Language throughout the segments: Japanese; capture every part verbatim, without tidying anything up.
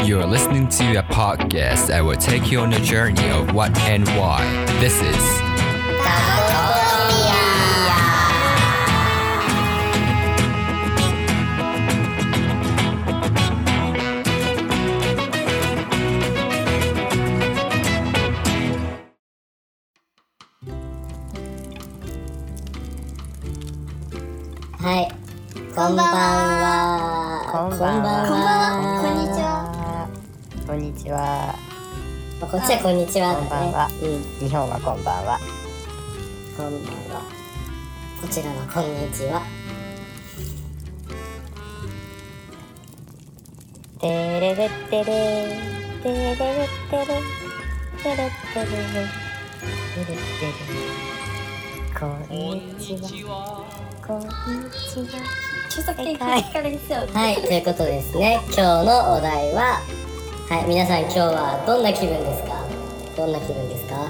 You're listening to a podcast that will take you on a journey of what and why. This is はい、こんばんは。 こんばんは。 こんばんは。 こんにちは。こんにちは。 こっちはこんにちはだね。 こんばんは。 うん。 日本はこんばんは。 こんばんは。こちらはこんにちは。 テレレッテレテレレッテレテレッテレテレレテレこんにちは。こんにちは。 著作権かかるんですよ。 はい、ということですね。今日のお題は、はい、皆さん今日はどんな気分ですか？どんな気分ですか？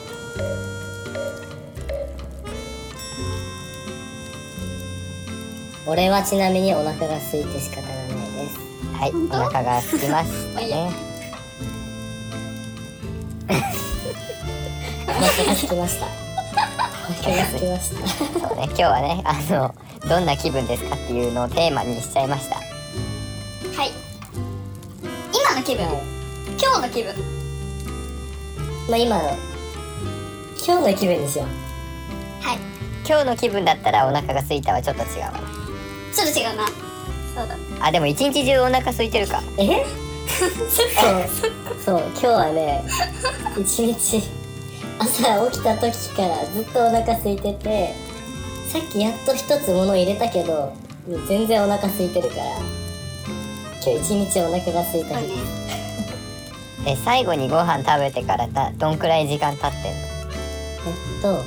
俺はちなみにお腹が空いて仕方がないです。 はい、お腹が空きますね。 お腹が空きました。お腹が空きました。 そうね、今日はね、あのどんな気分ですかっていうのをテーマにしちゃいました。 はい。今の気分、今日の気分。 まあ今の今日の気分にしよう。 はい。 今日の気分だったらお腹が空いたはちょっと違うわな。 ちょっと違うな。そうだ。 あ、でも一日中お腹空いてるか。 え？そうそう今日はね一日朝起きた時からずっとお腹空いてて、さっきやっと一つ物入れたけど全然お腹空いてるから今日一日お腹が空いた日。 え、最後にご飯食べてからだどんくらい時間経ってんの？ えっと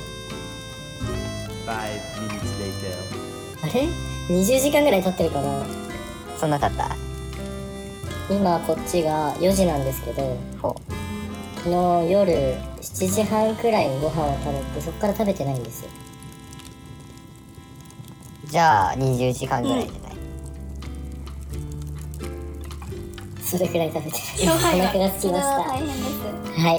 あれにじゅうじかんぐらい経ってるかな。 そんな経った？ 今こっちがよじなんですけど、 ほう。 昨日夜しちじはんくらいにご飯を食べてそこから食べてないんですよ。 じゃあにじゅうじかんぐらいじゃない？ それくらい食べてない。 勝敗がお腹が空きました。 大変です。 はい。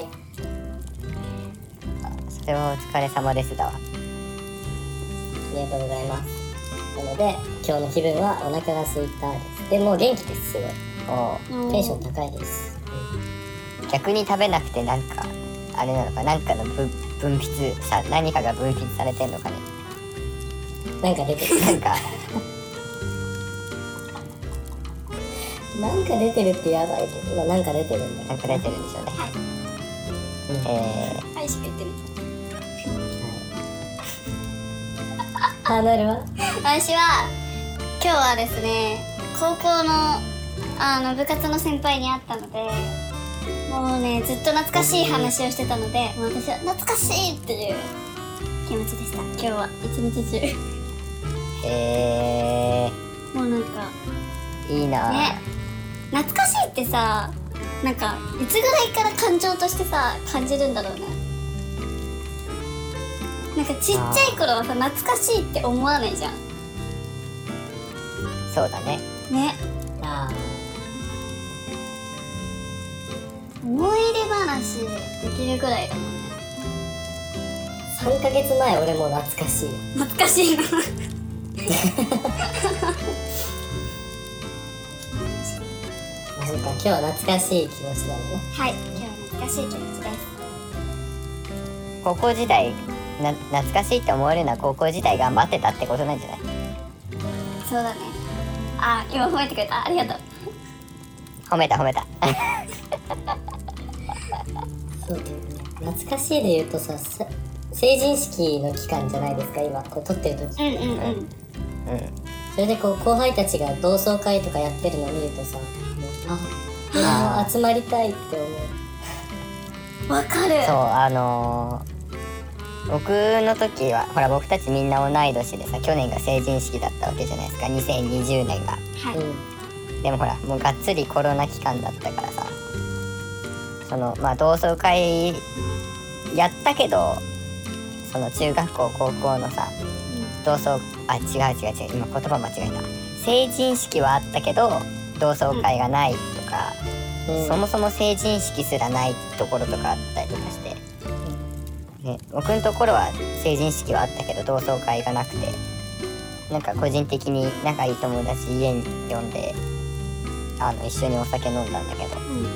それはお疲れ様ですだわ。 ありがとうございます。なので今日の気分はお腹が空いたです。でも元気です。すごいおテンション高いです。 逆に食べなくてなんかあれなのか、なんかの分分泌さ何かが分泌されてんのかね。 なんか出てる。 なんかなんか出てるってやばいけど、まあ、なんか出てるんだ。 なんか出てるんでしょうね。 はい。 えー、 はいしか言ってる。 ハードルは？ 私は今日はですね、高校のあの部活の先輩に会ったので、もうねずっと懐かしい話をしてたので、もう私は懐かしいっていう気持ちでした。今日は一日中。 えもうなんかー、いいな。 ね、懐かしいってさ、なんかいつぐらいから感情としてさ感じるんだろうね。なんかちっちゃい頃はさ懐かしいって思わないじゃん。 そうだね。 ね。 あ思い出話できるぐらいだもんね。 あ、さんかげつまえ俺も懐かしい。 懐かしいな。 あ、そうか、今日は懐かしい気持ちなのね。 はい、今日は懐かしい気持ちです。 高校時代な懐かしいって思えるのは高校時代頑張ってたってことなんじゃない？ そうだね。あ、今褒めてくれた。ありがとう。 褒めた褒めた。 そうだよね。懐かしいで言うとさ、さ成人式の期間じゃないですか今こう撮ってる時。 うんうんうん。 うん。 それでこう後輩たちが同窓会とかやってるのを見るとさ、もうあ、俺も集まりたいって思う。 わかる。 そう、あのー僕の時はほら僕たちみんな同い年でさ、去年が成人式だったわけじゃないですか、にせんにじゅうねんが。 はい。 うん、 でもほらもうがっつりコロナ期間だったからさ、そのまあ同窓会やったけど、その中学校高校のさ同窓あ違う違う違う今言葉間違えた。成人式はあったけど同窓会がないとか、 うんそもそも成人式すらないところとかあったりとかして、ね、僕のところは成人式はあったけど同窓会がなくて、なんか個人的に仲いい友達家に呼んであの一緒にお酒飲んだんだけど、 うんうん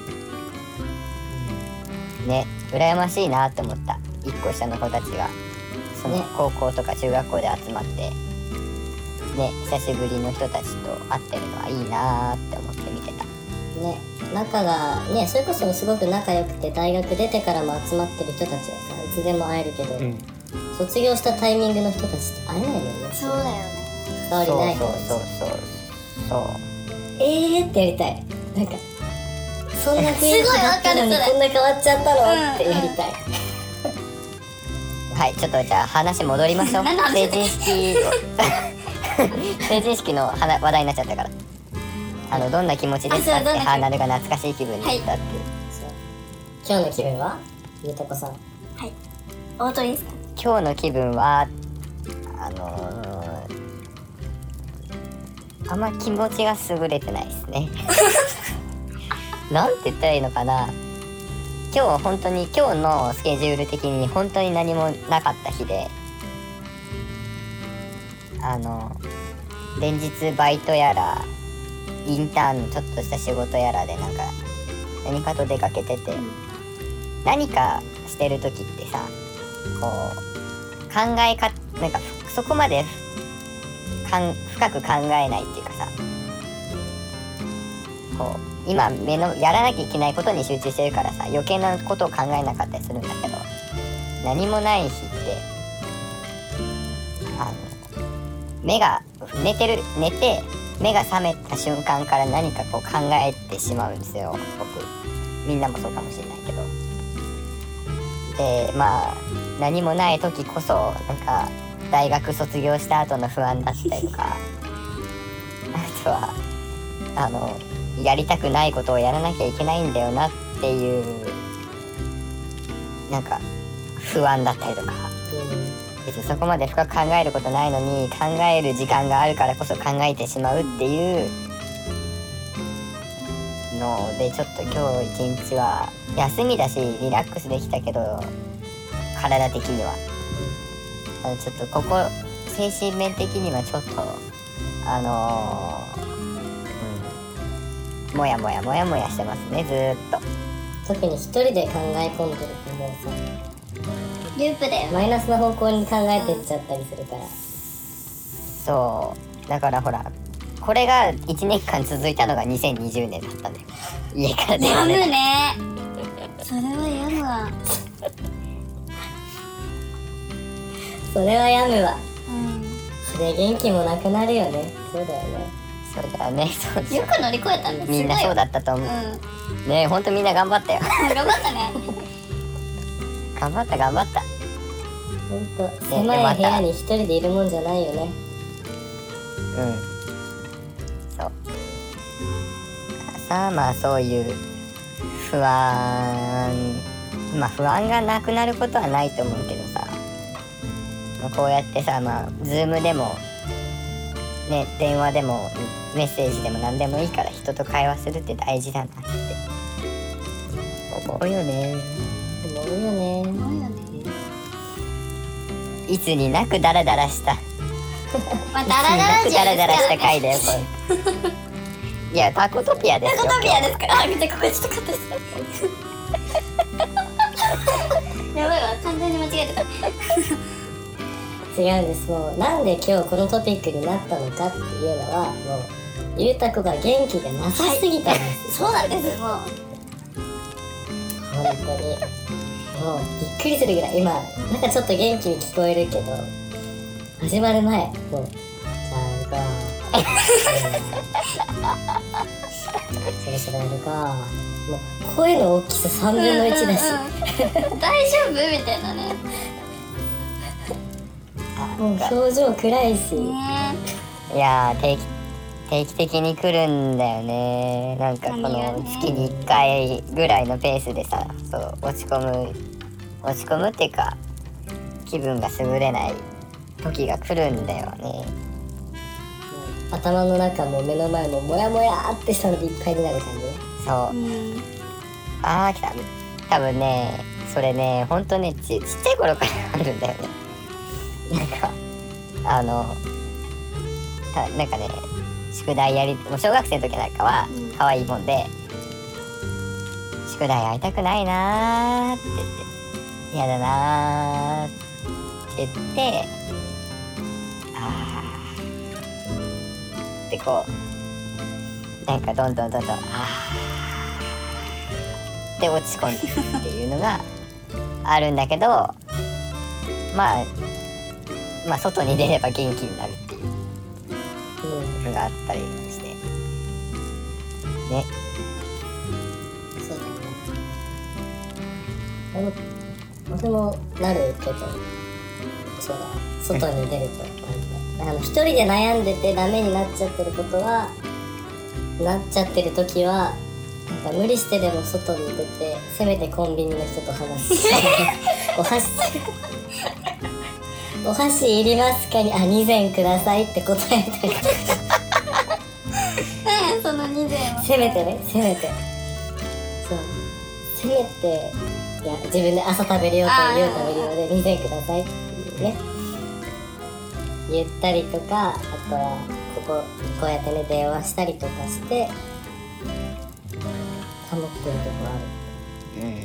うん、 ね、羨ましいなって思った。一個下の子たちがそのね高校とか中学校で集まってね、久しぶりの人たちと会ってるのはいいなって思って見てた。 ね、仲がね、それこそすごく仲良くて大学出てからも集まってる人たちはさ、いつでも会えるけど、 うん、 卒業したタイミングの人たちって会えないもんね。 そうだよね。 関わりない人たち。 そうそうそうそうえーってやりたい。なんかそんな雰囲気だったのにすごいわかるそれこんな変わっちゃったの、 うんってやりたい。 はい、ちょっとじゃあ話戻りましょう。 何の話成人式成人式の話話題になっちゃったから、あのどんな気持ちですかってあそうどんな気ハーナルが懐かしい気分になったっていう、 そう今日の気分はゆうたこさん。 はい。大鳥ですか。 今日の気分はあのー、あんま気持ちが優れてないですねなんて言ったらいいのかな。今日本当に今日のスケジュール的に本当に何もなかった日で、あの連日バイトやらインターンのちょっとした仕事やらでなんか何かと出かけてて、何かしてる時ってさ、こう考えかなんかそこまでかん深く考えないっていうかさ、こう今目のやらなきゃいけないことに集中してるからさ、余計なことを考えなかったりするんだけど、何もない日ってあの目が寝てる寝て目が覚めた瞬間から何かこう考えてしまうんですよ。僕みんなもそうかもしれないけど、でまあ何もない時こそなんか大学卒業した後の不安だったりとかあとはあのやりたくないことをやらなきゃいけないんだよなっていうなんか不安だったりとか、別にそこまで深く考えることないのに考える時間があるからこそ考えてしまうっていうので、ちょっと今日一日は休みだしリラックスできたけど、体的にはあのちょっとここ精神面的にはちょっとあのー、うんもやもやもやもやしてますね、ずーっと。 特に一人で考え込んでるともうさループだよ。 マイナスな方向に考えてっちゃったりするから。 そうだからほらこれがいちねんかん続いたのがにせんにじゅうねんだったんだよ。家から出やむられない。 ね。それはやむわ。 それは病むわ。 うん。 それ元気もなくなるよね。そうだよね。 そうだよね。そうそうよく乗り越えたんだ。 みんなそうだったと思う。ねえほんとみんな頑張ったよ。 うん。頑張ったね。 頑張った頑張った。 ほんと狭い部屋に一人でいるもんじゃないよね。 うんそうさあまあそういう不安まあ不安がなくなることはないと思うけどさ、まあ、こうやってさまあズームでもね電話でもメッセージでも何でもいいから人と会話するって大事だなって思うよね。 思うよね。 思うよね。 いつになくダラダラしたまあダラダラじゃダラダラした回だよね。 これいやタコトピアですよ。 タコトピアですか。あ、見てここちょっとカットして。やばいわ、完全に間違えてた。 違うんです。もうなんで今日このトピックになったのかっていうのはもうゆうたこが元気がなさすぎたんですよ。 そうなんです。もう本当にもうびっくりするぐらい今なんかちょっと元気に聞こえるけど始まる前もうちゃんかそろそろやるかもう声の大きささんぶんのいちだし、 うんうんうん、大丈夫みたいなね。 もう表情暗いし、 ねいやー定期定期的に来るんだよね。なんかこ何がのね月にいっかいぐらいのペースでさ、そう落ち込む落ち込むっていうか気分が優れない時が来るんだよね。 頭の中も目の前もモヤモヤってしたのでいっぱいになる感じね。 そう、 うん、 あー来た。多分ねそれねほんとね ち, ちっちゃい頃からあるんだよね。なんかあのたなんかね宿題やりもう小学生の時なんかは可愛いもんで、うん、宿題やりたくないなーって言って嫌だなーって言ってあーってこうなんかどんどんどんどんあーで落ち込んでっていうのがあるんだけどまあまあ外に出れば元気になるっていうのがあったりしてね。 そうだね。私もなるけどそうだ外に出るとあの一人で悩んでてダメになっちゃってることはなっちゃってる時はなんか無理してでも外に出てせめてコンビニの人と話すお箸お箸いりますかにあにぜんくださいって答えたり何そのにぜんはせめてねせめてそうせめていや自分で朝食べるよと夜食べるよでにぜんくださいっていうね言ったりとかあとはこここうやってね電話したりとかして保ってるとこある、うん、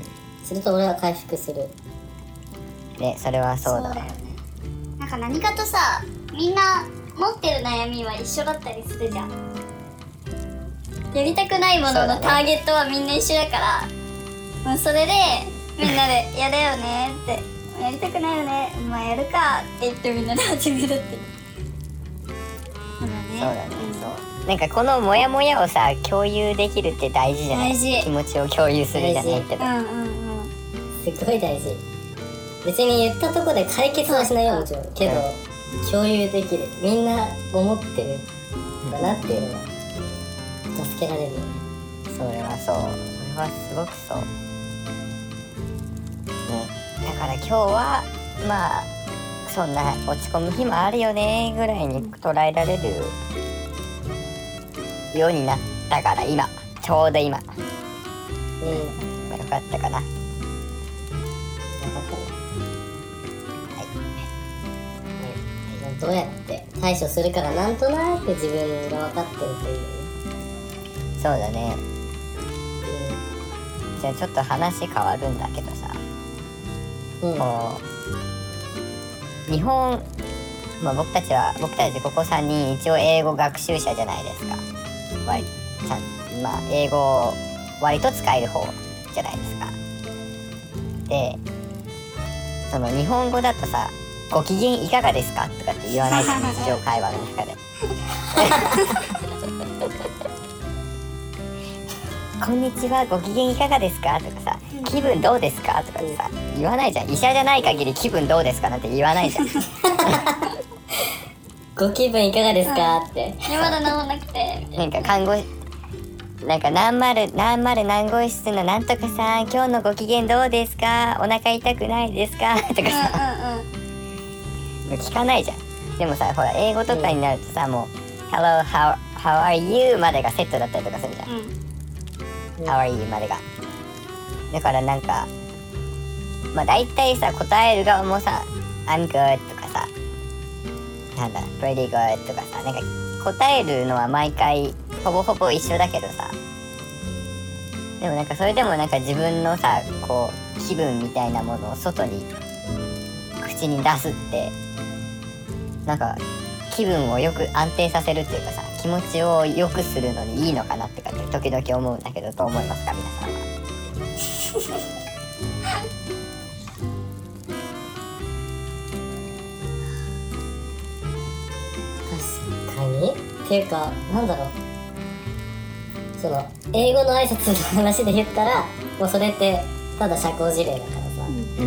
すると俺は回復するね。それはそうだ。 そうだよね。なんか何かとさみんな持ってる悩みは一緒だったりするじゃん。やりたくないもののターゲットはみんな一緒だからそ,、ね、それでみんなで「やだよね」って「やりたくないよねまあやるか」って言ってみんなで始めるってそうだね。 そうだね、うん、そうなんかこのモヤモヤをさ共有できるって大事じゃない。 大事。 気持ちを共有するじゃないけど、 うんうんうん、 すごい大事。別に言ったとこで解決はしないよもちろんけど、うん、共有できるみんな思ってるんだなっていうのは助けられるよね。 それはそうそれはすごくそうね。だから今日はまあそんな落ち込む日もあるよねぐらいに捉えられるようになったから今ちょうど今うんまあよかったかな。よかったね。 はい、どうやって対処するからなんとなく自分が分かってるというね。 そうだね、うん、じゃあちょっと話変わるんだけどさ、うん、こう日本、まあ、僕たちは僕たちここさんにん一応英語学習者じゃないですか。割ちゃん、まあ、英語を割と使える方じゃないですか。でその日本語だとさご機嫌いかがですかとかって言わないじゃん日常会話の中でこんにちはご機嫌いかがですかとかさ気分どうですかとかってさ言わないじゃん。医者じゃない限り気分どうですかなんて言わないじゃんご気分いかがですか、うん、ってまだ治んなくてなんか看護師なんか何丸何丸何号室のなんとかさん今日のご機嫌どうですかお腹痛くないですかとかさ、うんうんうん、聞かないじゃん。でもさほら英語とかになるとさ、うん、もう Hello how, how are you までがセットだったりとかするじゃん、うん、How are you までがだからなんかまあ大体さ答える側もさ I'm good とかさなんだ pretty good とかさなんか答えるのは毎回ほぼほぼ一緒だけどさでもなんかそれでもなんか自分のさこう気分みたいなものを外に口に出すってなんか気分をよく安定させるっていうかさ気持ちを良くするのにいいのかなってかって時々思うんだけどどう思いますか皆さんは確かにっていうかなんだろうその英語の挨拶の話で言ったらもうそれってただ社交辞令だからさ、うん、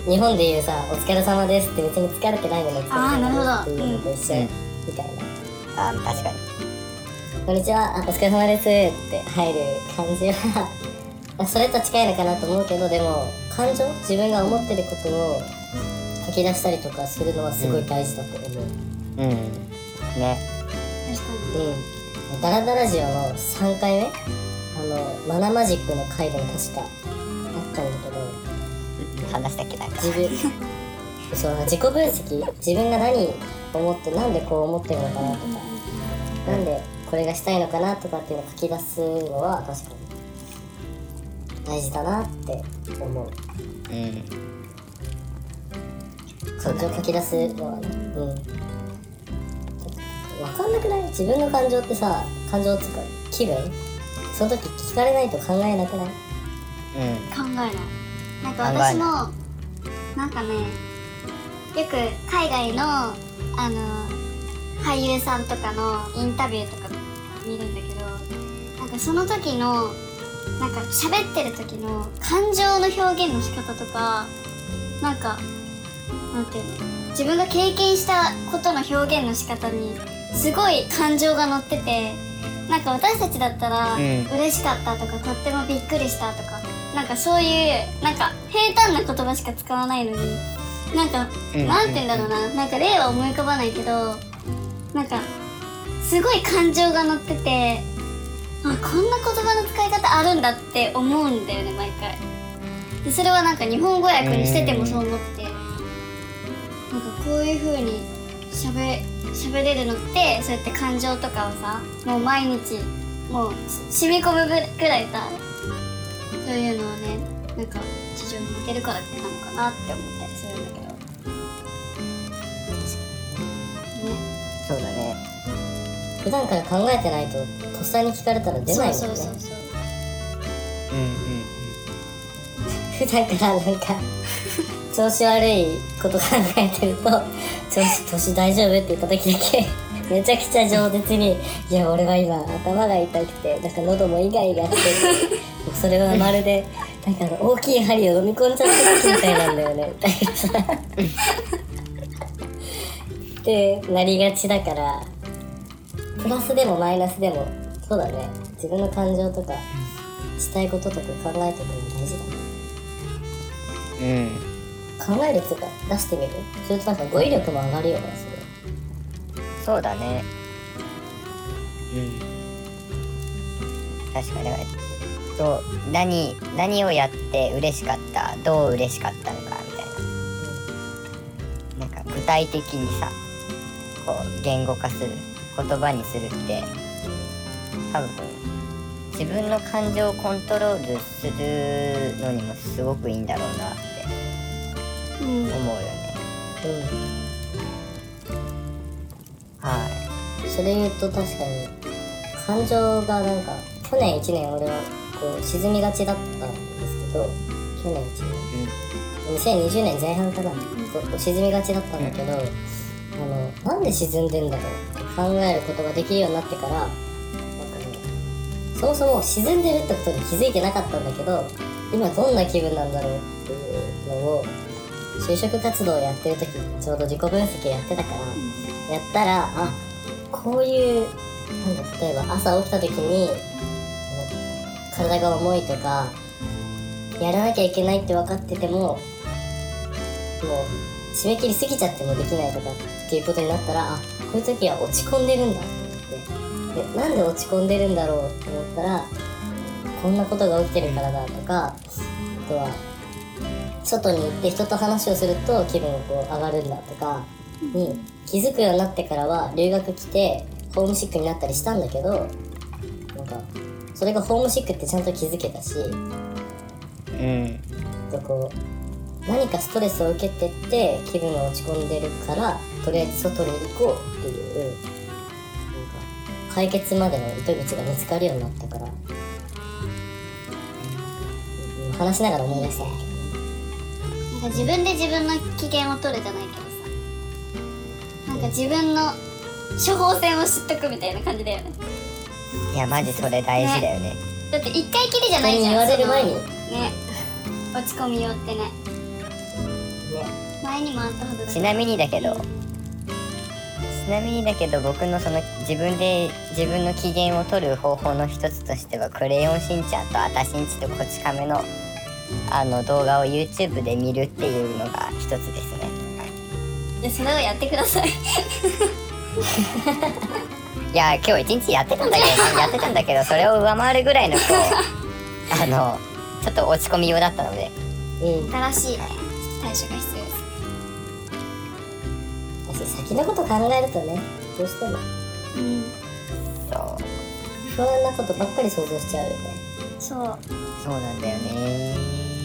日本で言うさお疲れ様ですって別に疲れてないのにお疲れ様ですっていうのと一緒、うん、みたいな。 あ確かにこんにちはお疲れ様ですって入る感じはそれと近いのかなと思うけどでも感情自分が思ってることを書き出したりとかするのはすごい大事だと思う。 うん、うん、ね確かにうんダラダラジオのさんかいめあのマナマジックの回でも確かあったんだけど、 話したっけなんか自分そう自己分析、自分が何思ってなんでこう思ってるのかなとか、なんでこれがしたいのかなとかっていうのを書き出すのは確かに大事だなって思う。 うん感情を書き出すのはね、うん。分かんなくない？自分の感情ってさ、感情っていうか気分？その時聞かれないと考えなくない？ うん考えない。なんか私もなんかね、よく海外のあの俳優さんとかのインタビューとか見るんだけど、なんかその時のなんか喋ってる時の感情の表現の仕方とか、なんかなんていうの、自分が経験したことの表現の仕方にすごい感情が乗ってて、なんか私たちだったら、 うん、 嬉しかったとかとってもびっくりしたとか、なんかそういうなんか平坦な言葉しか使わないのに、なんか、うん、なんていうんだろうな、なんか例は思い浮かばないけど、なんかすごい感情が乗ってて、あ、こんな言葉の使い方あるんだって思うんだよね、毎回。でそれはなんか日本語訳にしててもそう思って、なんかこういう風にしゃべ喋れるのって、そうやって感情とかをさ、もう毎日もう染み込むぐらいさ、そういうのをね、なんか地上に似てるからなのかなって思ったりするんだけどね。 そうだね。 普段から考えてないととっさに聞かれたら出ないもんね。 そうそうそうそう。 うんうん普段からなんか調子悪いこと考えてると、調子調子大丈夫って言った時だけめちゃくちゃ饒舌に、いや俺は今頭が痛くてなんか喉もイガイガしてそれはまるでなんか大きい針を飲み込んじゃった時みたいなんだよねみたいなさってなりがちだから、プラスでもマイナスでもそうだね、自分の感情とかしたいこととか考えておくの大事だね。 うん、 考えるとか出してみる。それとなんか語彙力も上がるよね、それ。 そうだね。うん確かに。そう何何をやって嬉しかった、どう嬉しかったのかみたいな、なんか具体的にさ、こう言語化する、言葉にするって多分自分の感情をコントロールするのにもすごくいいんだろうなって思うよね。 うん。 はい。 それ言うと確かに感情がなんか去年いちねん俺はこう沈みがちだったんですけど、去年いちねん、うん、にせんにじゅうねんぜん半かな、こう沈みがちだったんだけど、うん、あのなんで沈んでんだろうって考えることができるようになってから、なんかね、そもそも沈んでるってことに気づいてなかったんだけど、今どんな気分なんだろうっていうのを就職活動をやってる時にちょうど自己分析やってたから、やったら、あ、こういうなんだ、例えば朝起きた時に体が重いとかやらなきゃいけないって分かってても、もう締め切り過ぎちゃってもできないとかっていうことになったら、あ、こういう時は落ち込んでるんだって思って、でなんで落ち込んでるんだろうって思ったら、こんなことが起きてるからだとか、あとは外に行って人と話をすると気分がこう上がるんだとかに気づくようになってからは、留学来てホームシックになったりしたんだけど、なんかそれがホームシックってちゃんと気づけたし、 うん、 でこう何かストレスを受けてって気分が落ち込んでるから、とりあえず外に行こうっていう、なんか解決までの糸口が見つかるようになったから、うん、話しながら思い出したんだけど、 なんか自分で自分の機嫌を取るじゃないけどさ、なんか自分の処方箋を知っとくみたいな感じだよね。 いやマジそれ大事だよね。 だって一回きりじゃないじゃん。 言われる前にね、落ち込みようってね。ね、前にもあったはずだ。 ちなみにだけど、ちなみにだけど僕のその自分で自分の機嫌を取る方法の一つとしては、クレヨンしんちゃんとあたしんちとこち亀のあの動画を YouTube で見るっていうのが一つですね。 いや、それをやってください。 いいや今日一日やってたんだけどやってたんだけどそれを上回るぐらいのこうあのちょっと落ち込みようだったので、 うん新しいね対処が必要です。 私先のこと考えるとね、どうしてもうんそう不安なことばっかり想像しちゃうよね。 そうそうなんだよね。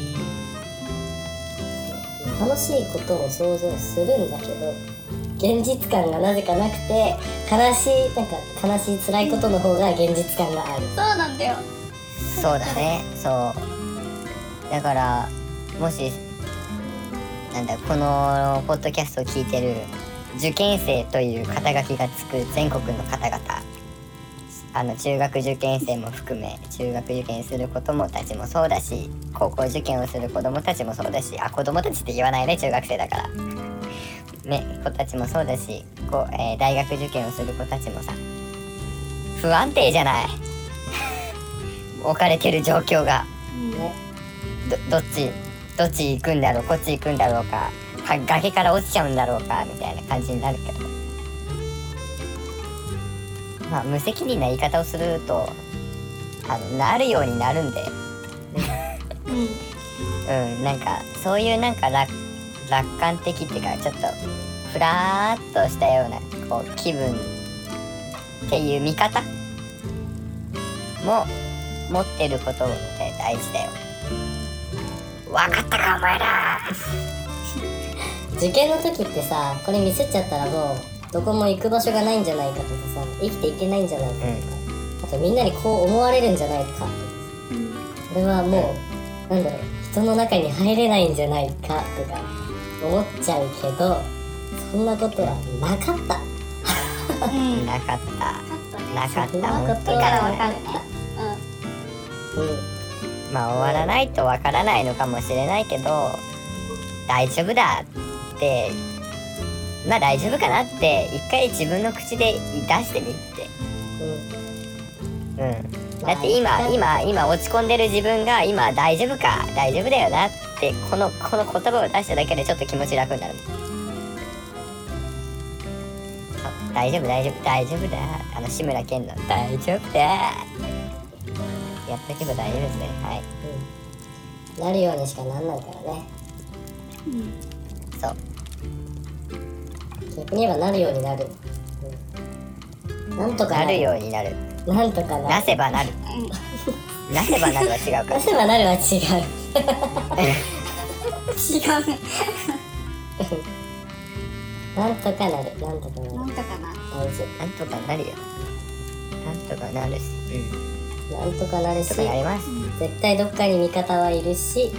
楽しいことを想像するんだけど現実感がなぜかなくて、悲しいなんか悲しい辛いことの方が現実感がある。 そうなんだよ。 そうだね。そうだからもしなんだこのポッドキャストを聞いてる受験生という肩書きがつく全国の方々、あの中学受験生も含め中学受験する子供たちもそうだし、高校受験をする子供たちもそうだし、あ子供たちって言わないね、中学生だからね、子たちもそうだし、こう、えー、大学受験をする子たちもさ不安定じゃない置かれてる状況が、ね、ど, どっちどっち行くんだろう、こっち行くんだろうか、か崖から落ちちゃうんだろうかみたいな感じになるけど、まあ無責任な言い方をするとあのなるようになるんでうん、うん、なんかそういうなんか 楽, 楽観的っていうかちょっとふらーっとしたようなこう気分っていう見方も持ってることって大事だよ。わかったかお前ら受験の時ってさ、これミスっちゃったらもうどこも行く場所がないんじゃないかとかさ、生きていけないんじゃないかとか、うん、あとみんなにこう思われるんじゃないかとか、うん、これはもう、うん、なんだろう、人の中に入れないんじゃないかとか思っちゃうけど、そんなことはなかったうん、なかったなかった、 本当にからわかるね。 うん、うんまあ終わらないとわからないのかもしれないけど、大丈夫だってまあ大丈夫かなって一回自分の口で出してみって、うん、うん、だって今今今落ち込んでる自分が今大丈夫か大丈夫だよなってこのこの言葉を出しただけでちょっと気持ち楽になる。大丈夫大丈夫大丈夫だ、あの志村けんの大丈夫だやっとけば大丈夫ですね。はい、 うん、なるようにしかなんないからね。 うん、 そう逆に言えばなるようになる、うん、なんとかなるなるようになる、 なんとかなる、 なせばなるなせばなるは違うからなせばなるは違う違うなんとかなる、なんとかなる、 なんとかな大事、 なんとかなるよ、なんとかなるし、うん、 なんとかなるし、 とかなります、 絶対どっかに味方はいるし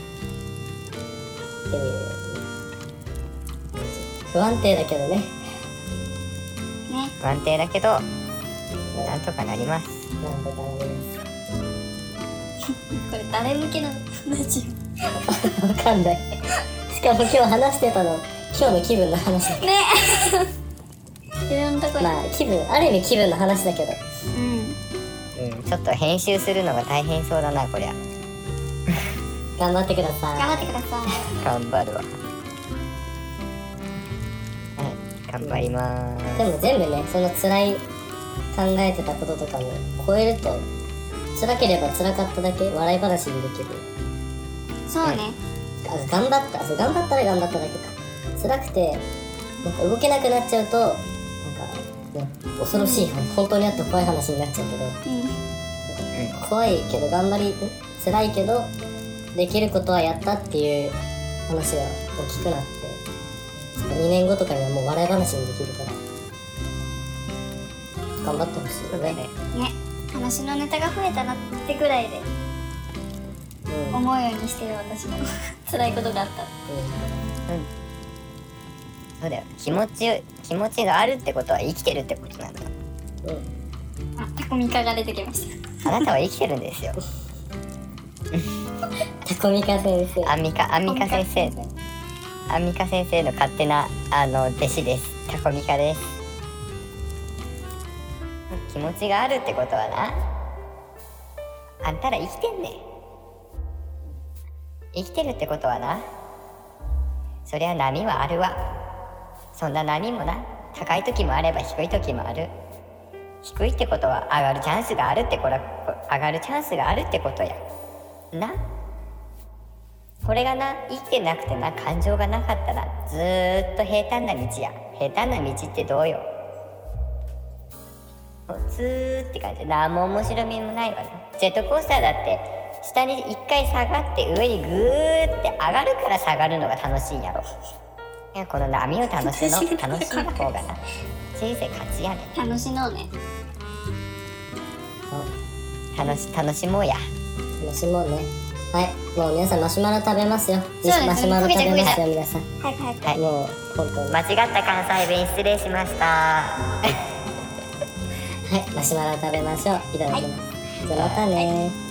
っていう不安定だけどね。 ね。 不安定だけど、なんとかなります。 なんとかなります。 これ誰向けのラジオ？わかんない。しかも今日話してたの、今日の気分の話だけど。 ね。自分のとこに。 まあ気分、ある意味気分の話だけど。 うん。うん、ちょっと編集するのが大変そうだなこりゃ。 頑張ってください。 頑張ってください。 頑張るわ。頑張りまーす。 でも全部ね、その辛い考えてたこととかも超えると、辛ければ辛かっただけ笑い話にできる。 そうね。 あ、頑張った、そう頑張ったら頑張っただけか。辛くてなんか動けなくなっちゃうと、なんかね、恐ろしい話、うん、本当にあって怖い話になっちゃうけど、うん、怖いけど頑張り、辛いけどできることはやったっていう話が大きくなって、にねんごとかにはもう笑い話にできるから頑張ってほしいよね。 ね、話のネタが増えたなってぐらいで、うん、思うようにしてる私も辛いことがあったら、 うんうん、そうだよ、気持ち気持ちがあるってことは生きてるってことなんだよ、 うん、あ、タコミカが出てきました。あなたは生きてるんですよタコミカ先生、 アンミカアンミカ先生アンミカ先生の勝手なあの弟子です。タコミカです。気持ちがあるってことはな、あんたら生きてんねん。生きてるってことはな、そりゃ波はあるわ。そんな波もな、高い時もあれば低い時もある。 低いってことは上がるチャンスがあるってこれ上がるチャンスがあるってことやな。これがな生きてなくてな感情がなかったらずーっと平坦な道や。平坦な道ってどうよ、ずーって感じで何も面白みもないわね。ジェットコースターだって下に一回下がって上にグーって上がるから下がるのが楽しいんやろ。いやこの波を楽しの楽しんだ方がな人生勝ちやね。 楽しもうね。 楽し楽しもうや。 楽しもうね。はい、もう皆さんマシュマロ食べますよ。 そうですねマシュマロ食べますよ焦皆さん。 はいはいはいはいもう本当に。 間違った関西弁失礼しましたはい、マシュマロ食べましょう。いただきます。じゃあまたね。